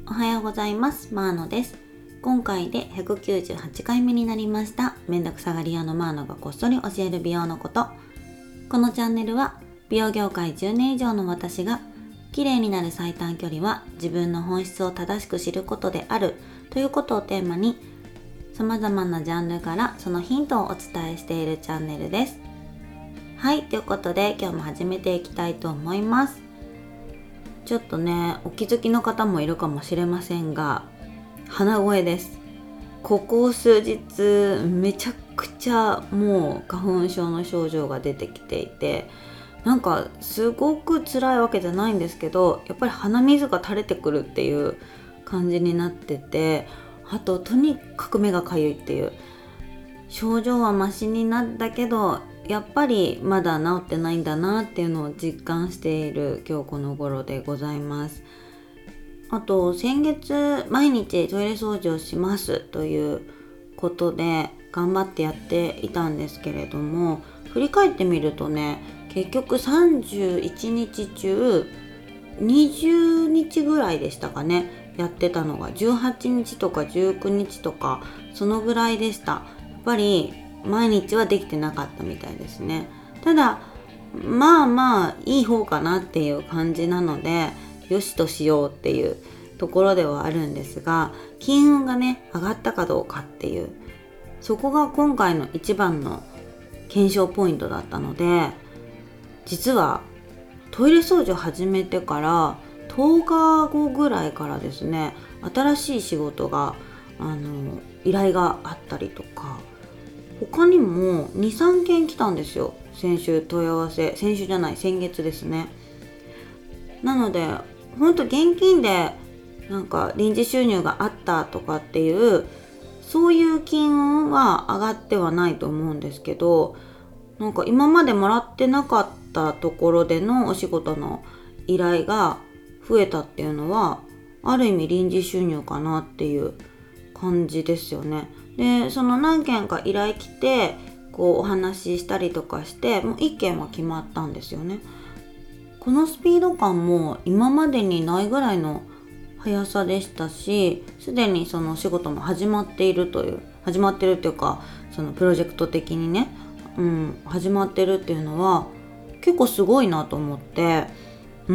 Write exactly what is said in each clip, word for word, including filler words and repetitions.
おはようございます。マーノです。今回でひゃくきゅうじゅうはちかいめになりました。めんどくさがり屋のマーノがこっそり教える美容のこと。このチャンネルは美容業界じゅうねん以上の私が綺麗になる最短距離は自分の本質を正しく知ることであるということをテーマに、様々なジャンルからそのヒントをお伝えしているチャンネルです。はい、ということで今日も始めていきたいと思います。ちょっとね、お気づきの方もいるかもしれませんが、鼻声です。ここ数日めちゃくちゃもう花粉症の症状が出てきていて、なんかすごく辛いわけじゃないんですけど、やっぱり鼻水が垂れてくるっていう感じになってて、あととにかく目がかゆいっていう、症状はマシになったけどやっぱりまだ治ってないんだなっていうのを実感している今日この頃でございます。あと先月毎日トイレ掃除をしますということで頑張ってやっていたんですけれども、振り返ってみるとね、結局さんじゅういちにち中にじゅうにちぐらいでしたかね、やってたのがじゅうはちにちとかじゅうくにちとかそのぐらいでした。やっぱり毎日はできてなかったみたいですね。ただまあまあいい方かなっていう感じなので、よしとしようっていうところではあるんですが、金運がね上がったかどうかっていう、そこが今回の一番の検証ポイントだったので、実はトイレ掃除を始めてからとおかごぐらいからですね、新しい仕事があの依頼があったりとか、他にも にさんけん来たんですよ。先週問い合わせ、先週じゃない先月ですね。なのでほんと現金でなんか臨時収入があったとかっていうそういう金運は上がってはないと思うんですけど、なんか今までもらってなかったところでのお仕事の依頼が増えたっていうのはある意味臨時収入かなっていう感じですよね。で、その何件か依頼来てこうお話ししたりとかして、もういっけんは決まったんですよね。このスピード感も今までにないぐらいの速さでしたし、すでにその仕事も始まっているという始まってるっていうか、そのプロジェクト的にね、うん、始まってるっていうのは結構すごいなと思って、うん、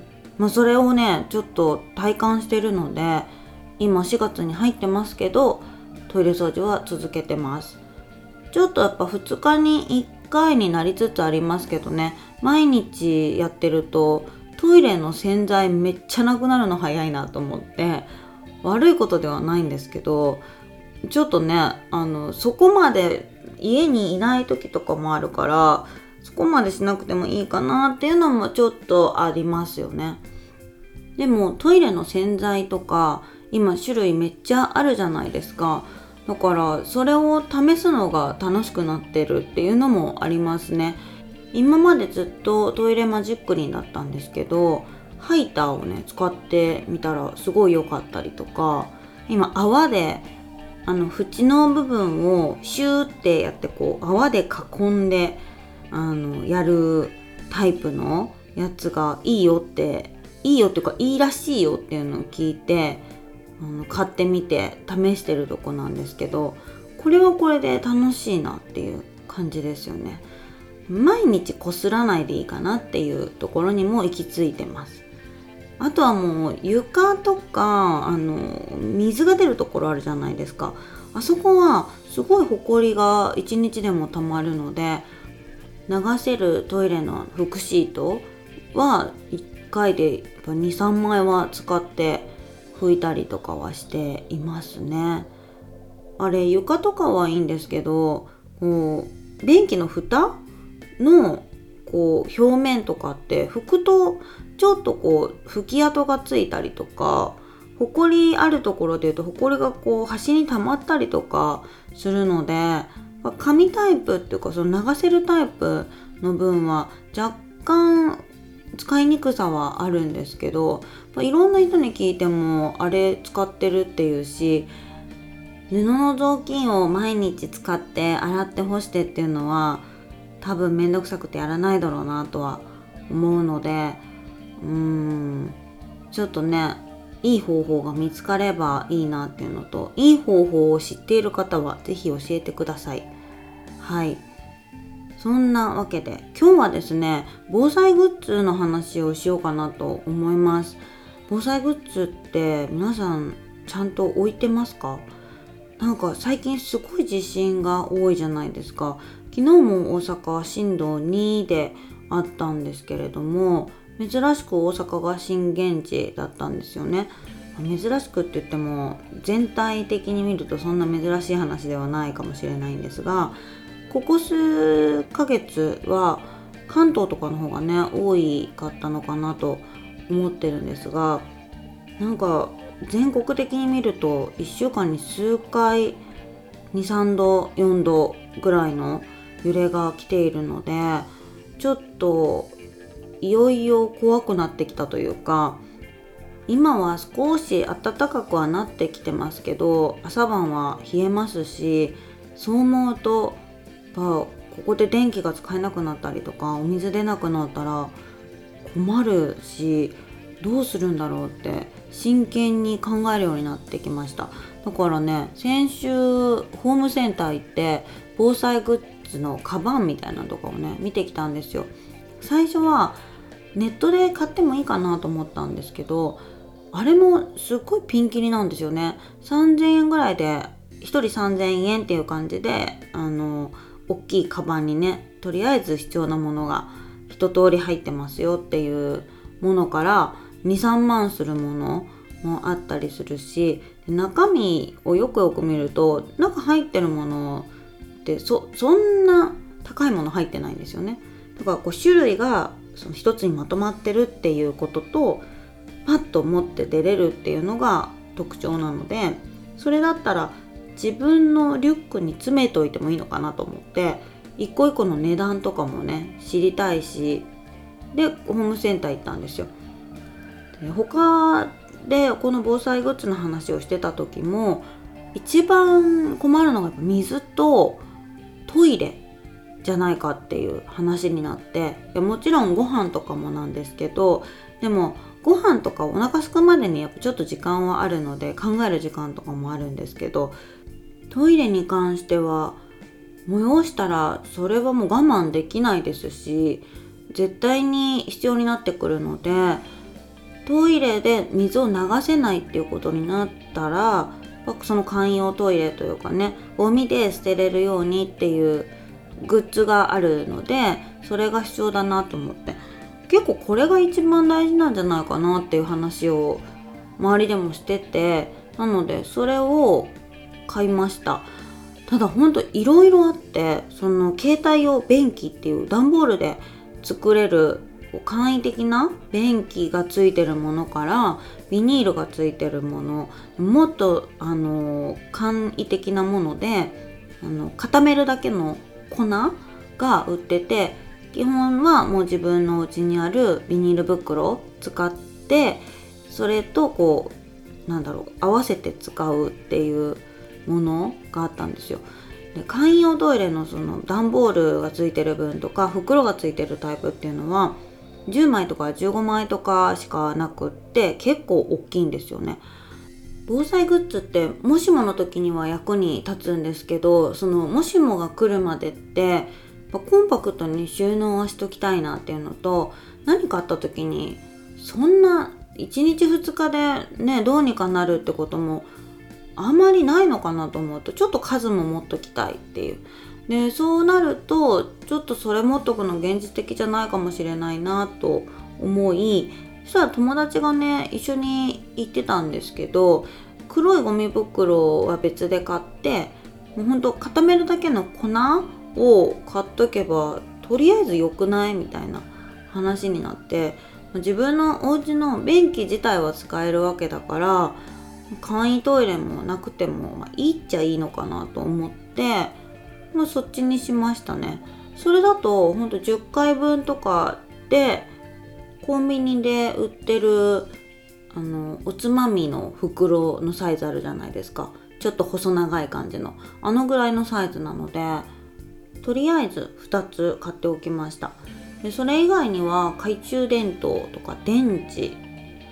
まあそれをねちょっと体感してるので、今しがつに入ってますけどトイレ掃除は続けてます。ちょっとやっぱふつかにいっかいになりつつありますけどね、毎日やってるとトイレの洗剤めっちゃなくなるの早いなと思って、悪いことではないんですけど、ちょっとね、あのそこまで家にいない時とかもあるから、そこまでしなくてもいいかなっていうのもちょっとありますよね。でもトイレの洗剤とか今種類めっちゃあるじゃないですか。だからそれを試すのが楽しくなってるっていうのもありますね。今までずっとトイレマジックリンだったんですけど、ハイターをね使ってみたらすごい良かったりとか、今泡であの縁の部分をシューってやってこう泡で囲んであのやるタイプのやつがいいよっていいよっていうかいいらしいよっていうのを聞いて、あの買ってみて試してるとこなんですけど、これはこれで楽しいなっていう感じですよね。毎日こすらないでいいかなっていうところにも行き着いてます。あとはもう床とかあの水が出るところあるじゃないですか。あそこはすごいホコリがいちにちでもたまるので、流せるトイレの拭くシートはいっかいでにさんまいは使って拭いたりとかはしていますね。あれ床とかはいいんですけど、こう便器の蓋のこう表面とかって拭くとちょっとこう拭き跡がついたりとか、ほこりあるところでいうとほこりがこう端に溜まったりとかするので、紙タイプっていうかその流せるタイプの分は若干使いにくさはあるんですけど、いろんな人に聞いてもあれ使ってるっていうし、布の雑巾を毎日使って洗って干してっていうのは多分めんどくさくてやらないだろうなとは思うので、うーんちょっとねいい方法が見つかればいいなっていうのと、いい方法を知っている方はぜひ教えてください。はい、そんなわけで今日はですね、防災グッズの話をしようかなと思います。防災グッズって皆さんちゃんと置いてますか？なんか最近すごい地震が多いじゃないですか。昨日も大阪は震度にであったんですけれども、珍しく大阪が震源地だったんですよね。珍しくって言っても全体的に見るとそんな珍しい話ではないかもしれないんですが、ここ数ヶ月は関東とかの方がね多かったのかなと思ってるんですが、なんか全国的に見るといっしゅうかんに数回に、さんど、よんどぐらいの揺れが来ているので、ちょっといよいよ怖くなってきたというか、今は少し暖かくはなってきてますけど、朝晩は冷えますし、そう思うとここで電気が使えなくなったりとか、お水出なくなったら困るし、どうするんだろうって真剣に考えるようになってきました。だからね、先週ホームセンター行って防災グッズのカバンみたいなのとかをね見てきたんですよ。最初はネットで買ってもいいかなと思ったんですけど、あれもすっごいピンキリなんですよね。さんぜんえんぐらいでひとりさんぜんえんっていう感じで、あの大きいカバンにね、とりあえず必要なものが一通り入ってますよっていうものからに、さんまんするものもあったりするし、中身をよくよく見ると中入ってるものってそそんな高いもの入ってないんですよね。だからこう種類がその一つにまとまってるっていうことと、パッと持って出れるっていうのが特徴なので、それだったら自分のリュックに詰めておいてもいいのかなと思って、一個一個の値段とかもね知りたいし、でホームセンター行ったんですよ。で他でこの防災グッズの話をしてた時も、一番困るのがやっぱ水とトイレじゃないかっていう話になって、いやもちろんご飯とかもなんですけど、でもご飯とかお腹すくまでにやっぱちょっと時間はあるので、考える時間とかもあるんですけど、トイレに関しては催したらそれはもう我慢できないですし、絶対に必要になってくるので、トイレで水を流せないっていうことになったら、その簡易用トイレというかね、ゴミで捨てれるようにっていうグッズがあるので、それが必要だなと思って、結構これが一番大事なんじゃないかなっていう話を周りでもしてて、なのでそれを買いました。ただほんといろいろあって、その携帯用便器っていう段ボールで作れる簡易的な便器がついてるものから、ビニールがついてるもの、もっとあの簡易的なもので、あの固めるだけの粉が売ってて、基本はもう自分の家にあるビニール袋を使って、それとこうなんだろう合わせて使うっていうものがあったんですよ。で簡易用トイレのその段ボールがついてる分とか袋がついてるタイプっていうのはじゅうまいとかじゅうごまいとかしかなくって、結構大きいんですよね。防災グッズってもしもの時には役に立つんですけど、そのもしもが来るまでってコンパクトに収納はしときたいなっていうのと、何かあった時にそんないちにちふつかでねどうにかなるってこともあんまりないのかなと思うと、ちょっと数も持っときたいっていう。でそうなるとちょっとそれ持っとくの現実的じゃないかもしれないなと思い、そしたら友達がね一緒に行ってたんですけど、黒いゴミ袋は別で買って、もうほんと固めるだけの粉を買っとけばとりあえず良くないみたいな話になって、自分のお家の便器自体は使えるわけだから、簡易トイレもなくても、まあ、いいっちゃいいのかなと思って、まあ、そっちにしましたね。それだとほんとじゅっかいぶんとかでコンビニで売ってるあのおつまみの袋のサイズあるじゃないですか。ちょっと細長い感じのあのぐらいのサイズなので、とりあえずふたつ買っておきました。でそれ以外には懐中電灯とか電池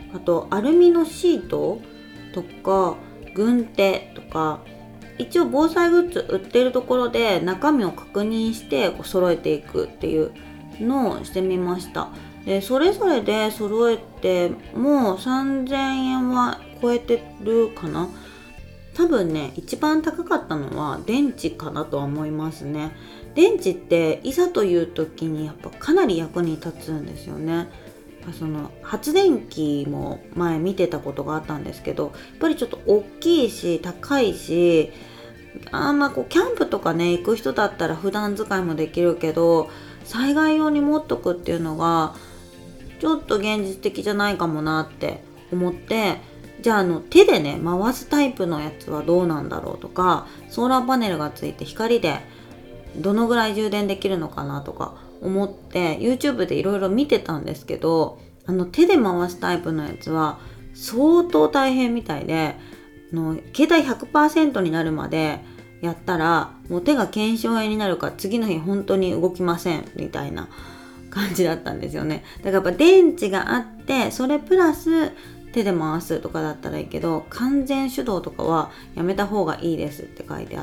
あとアルミのシートとか軍手とか、一応防災グッズ売ってるところで中身を確認してこう揃えていくっていうのをしてみました。でそれぞれで揃えてもうさんぜんえんは超えてるかな。多分ね一番高かったのは電池かなとは思いますね。電池っていざという時にやっぱかなり役に立つんですよね。その発電機も前見てたことがあったんですけど、やっぱりちょっと大きいし高いし、あんまこうキャンプとかね行く人だったら普段使いもできるけど、災害用に持っとくっていうのがちょっと現実的じゃないかもなって思って、じゃああの手でね回すタイプのやつはどうなんだろうとか、ソーラーパネルがついて光でどのぐらい充電できるのかなとか思って YouTube でいろいろ見てたんですけど、あの手で回すタイプのやつは相当大変みたいで、あの携帯 ひゃくパーセント になるまでやったらもう手が腱鞘炎になるから次の日本当に動きませんみたいな感じだったんですよね。だからやっぱ電池があってそれプラス手で回すとかだったらいいけど、完全手動とかはやめた方がいいですって書いてあって、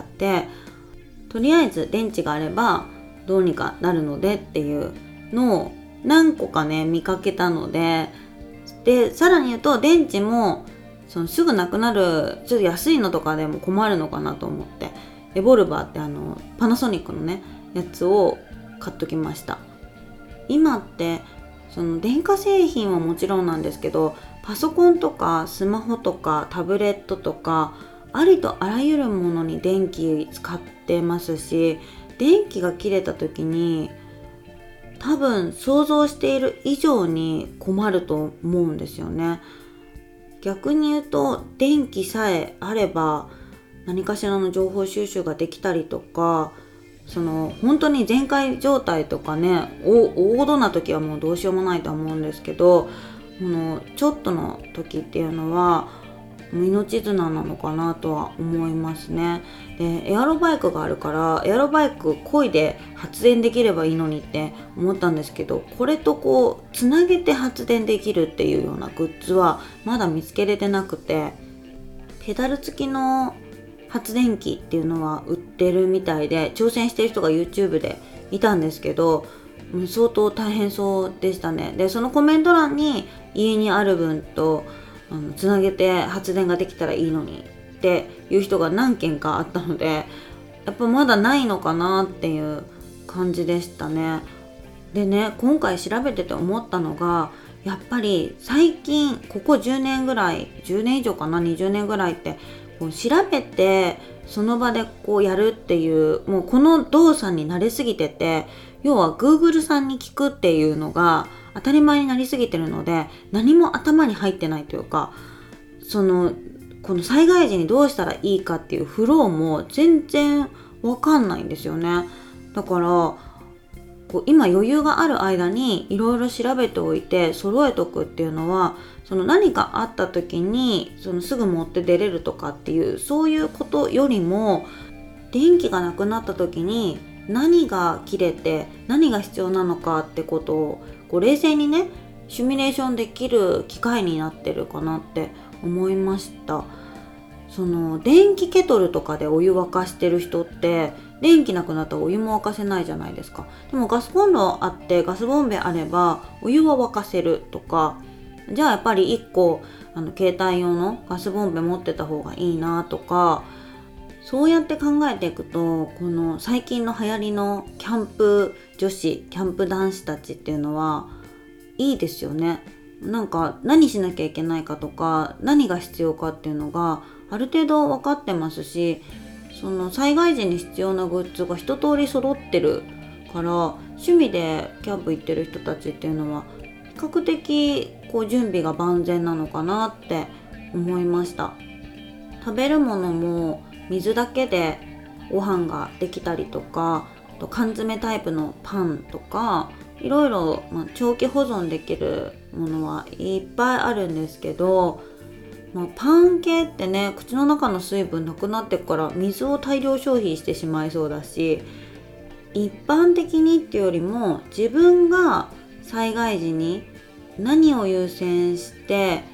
とりあえず電池があればどうにかなるのでっていうのを何個かね見かけたので、でさらに言うと電池もそのすぐなくなるちょっと安いのとかでも困るのかなと思って、エボルバーってあのパナソニックのねやつを買っときました。今ってその電化製品はもちろんなんですけど、パソコンとかスマホとかタブレットとかありとあらゆるものに電気使ってますし、電気が切れた時に多分想像している以上に困ると思うんですよね。逆に言うと電気さえあれば何かしらの情報収集ができたりとか、その本当に全開状態とかね、大度な時はもうどうしようもないと思うんですけど、このちょっとの時っていうのは命綱なのかなとは思いますね。でエアロバイクがあるからエアロバイク漕いで発電できればいいのにって思ったんですけど、これとこうつなげて発電できるっていうようなグッズはまだ見つけれてなくて、ペダル付きの発電機っていうのは売ってるみたいで挑戦してる人が YouTube でいたんですけど、相当大変そうでしたね。でそのコメント欄に家にある分とあのつなげて発電ができたらいいのにっていう人が何件かあったので、やっぱまだないのかなっていう感じでしたね。でね、今回調べてて思ったのが、やっぱり最近ここじゅうねんぐらいじゅうねん以上かなにじゅうねんぐらいってこう調べてその場でこうやるっていうもうこの動作に慣れすぎてて、要は Google さんに聞くっていうのが当たり前になりすぎてるので何も頭に入ってないというか、そのこの災害時にどうしたらいいかっていうフローも全然わかんないんですよね。だからこう今余裕がある間にいろいろ調べておいて揃えとくっていうのは、その何かあった時にそのすぐ持って出れるとかっていうそういうことよりも、電気がなくなった時に何が切れて何が必要なのかってことをこう冷静にねシミュレーションできる機会になってるかなって思いました。その電気ケトルとかでお湯沸かしてる人って電気なくなったらお湯も沸かせないじゃないですか。でもガスコンロあってガスボンベあればお湯は沸かせるとか、じゃあやっぱりいっこあの携帯用のガスボンベ持ってた方がいいなとか、そうやって考えていくとこの最近の流行りのキャンプ女子キャンプ男子たちっていうのはいいですよね。なんか何しなきゃいけないかとか何が必要かっていうのがある程度分かってますし、その災害時に必要なグッズが一通り揃ってるから趣味でキャンプ行ってる人たちっていうのは比較的こう準備が万全なのかなって思いました。食べるものも水だけでご飯ができたりとか、あと缶詰タイプのパンとかいろいろ、まあ、長期保存できるものはいっぱいあるんですけど、まあ、パン系ってね口の中の水分なくなってから水を大量消費してしまいそうだし、一般的にっていうよりも自分が災害時に何を優先して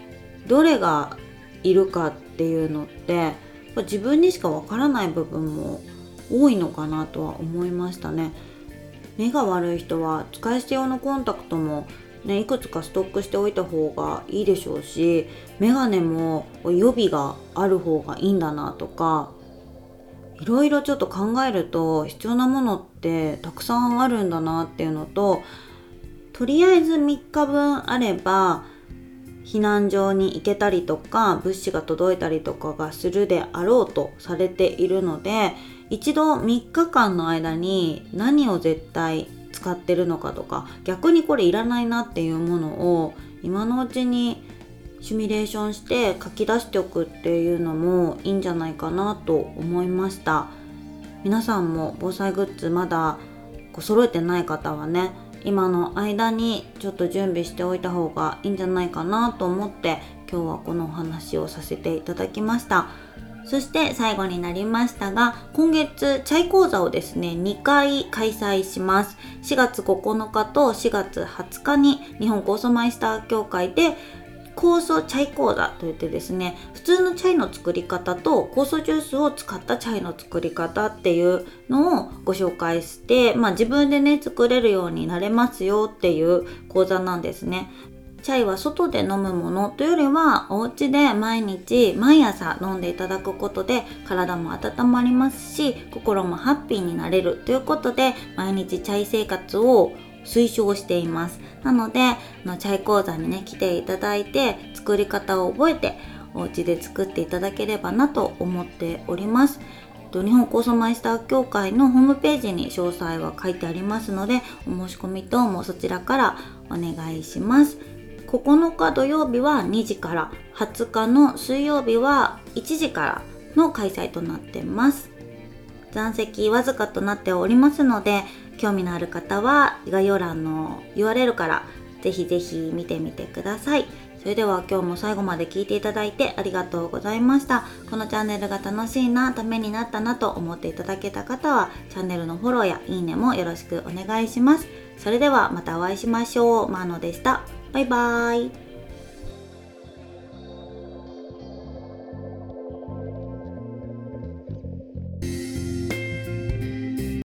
どれがいるかっていうのって自分にしかわからない部分も多いのかなとは思いましたね。目が悪い人は使い捨て用のコンタクトもね、いくつかストックしておいた方がいいでしょうし、メガネも予備がある方がいいんだなとか、いろいろちょっと考えると必要なものってたくさんあるんだなっていうのと、とりあえずみっかぶんあれば避難所に行けたりとか物資が届いたりとかがするであろうとされているので、一度みっかかんの間に何を絶対使ってるのかとか、逆にこれいらないなっていうものを今のうちにシミュレーションして書き出しておくっていうのもいいんじゃないかなと思いました。皆さんも防災グッズまだこう揃えてない方はね、今の間にちょっと準備しておいた方がいいんじゃないかなと思って今日はこのお話をさせていただきました。そして最後になりましたが、今月チャイ講座をですねにかい開催します。しがつここのかとしがつはつかに日本酵素マイスター協会で酵素チャイ講座といってですね、普通のチャイの作り方と酵素ジュースを使ったチャイの作り方っていうのをご紹介して、まあ、自分でね作れるようになれますよっていう講座なんですね。チャイは外で飲むものというよりはお家で毎日毎朝飲んでいただくことで体も温まりますし、心もハッピーになれるということで毎日チャイ生活を推奨しています。なのでのチャイ講座にね来ていただいて作り方を覚えてお家で作っていただければなと思っております。日本酵素マイスター協会のホームページに詳細は書いてありますので、お申し込み等もそちらからお願いします。ここのか土曜日はにじから、はつかの水曜日はいちじからの開催となってます。残席わずかとなっておりますので、興味のある方は概要欄の ユーアールエル からぜひぜひ見てみてください。それでは今日も最後まで聞いていただいてありがとうございました。このチャンネルが楽しいな、ためになったなと思っていただけた方はチャンネルのフォローやいいねもよろしくお願いします。それではまたお会いしましょう。マーノでした。バイバーイ。